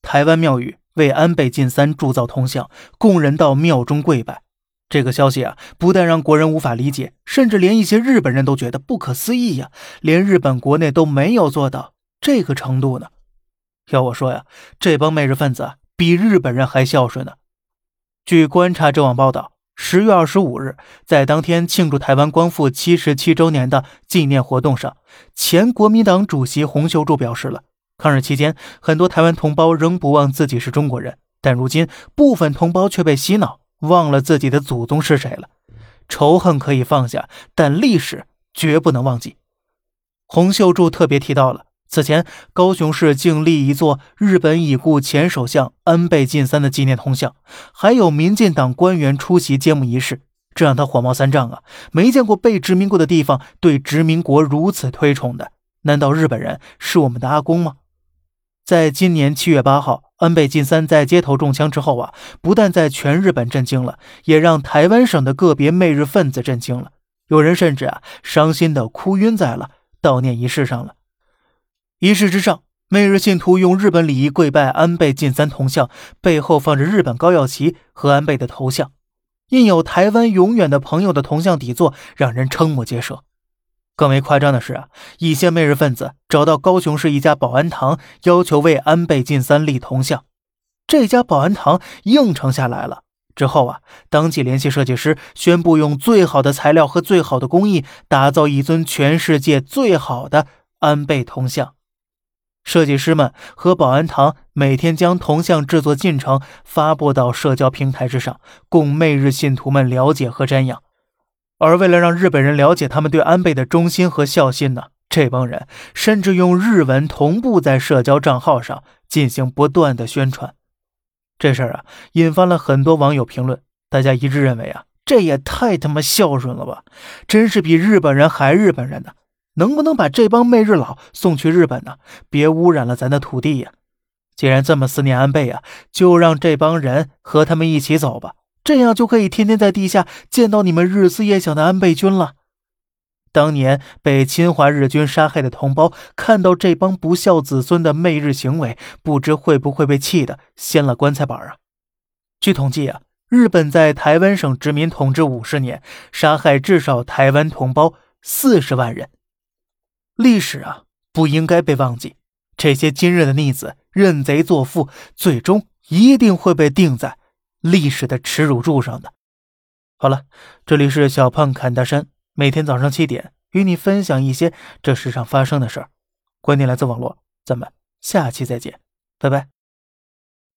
台湾庙宇为安倍晋三铸造铜像，供人到庙中跪拜。这个消息不但让国人无法理解，甚至连一些日本人都觉得不可思议连日本国内都没有做到这个程度呢。要我说这帮媚日分子比日本人还孝顺呢。据观察者网报道，10月25日，在当天庆祝台湾光复77周年的纪念活动上，前国民党主席洪秀柱表示了，抗日期间很多台湾同胞仍不忘自己是中国人，但如今部分同胞却被洗脑，忘了自己的祖宗是谁了。仇恨可以放下，但历史绝不能忘记。洪秀柱特别提到了此前高雄市竟立一座日本已故前首相安倍晋三的纪念铜像，还有民进党官员出席揭幕仪式，这让他火冒三丈没见过被殖民过的地方对殖民国如此推崇的，难道日本人是我们的阿公吗？在今年7月8号，安倍晋三在街头中枪之后不但在全日本震惊了，也让台湾省的个别媚日分子震惊了，有人甚至伤心的哭晕在了悼念仪式上了。仪式之上，媚日信徒用日本礼仪跪拜安倍晋三铜像，背后放着日本高耀旗和安倍的头像，印有台湾永远的朋友的铜像底座让人瞠目结舌。更为夸张的是一些媚日分子找到高雄市一家保安堂，要求为安倍晋三立铜像。这家保安堂应承下来了，之后当即联系设计师，宣布用最好的材料和最好的工艺打造一尊全世界最好的安倍铜像。设计师们和保安堂每天将铜像制作进程发布到社交平台之上，供媚日信徒们了解和瞻仰。而为了让日本人了解他们对安倍的忠心和孝心这帮人甚至用日文同步在社交账号上进行不断的宣传。这事儿引发了很多网友评论，大家一致认为这也太他妈孝顺了吧，真是比日本人还日本人呢。能不能把这帮媚日佬送去日本呢？别污染了咱的土地既然这么思念安倍就让这帮人和他们一起走吧，这样就可以天天在地下见到你们日思夜想的安倍君了。当年被侵华日军杀害的同胞看到这帮不孝子孙的媚日行为，不知会不会被气得掀了棺材板据统计日本在台湾省殖民统治50年，杀害至少台湾同胞40万人。历史不应该被忘记，这些今日的逆子认贼作父，最终一定会被钉在历史的耻辱柱上的。好了，这里是小胖侃大山，每天早上7点与你分享一些这世上发生的事儿。观点来自网络，咱们下期再见，拜拜。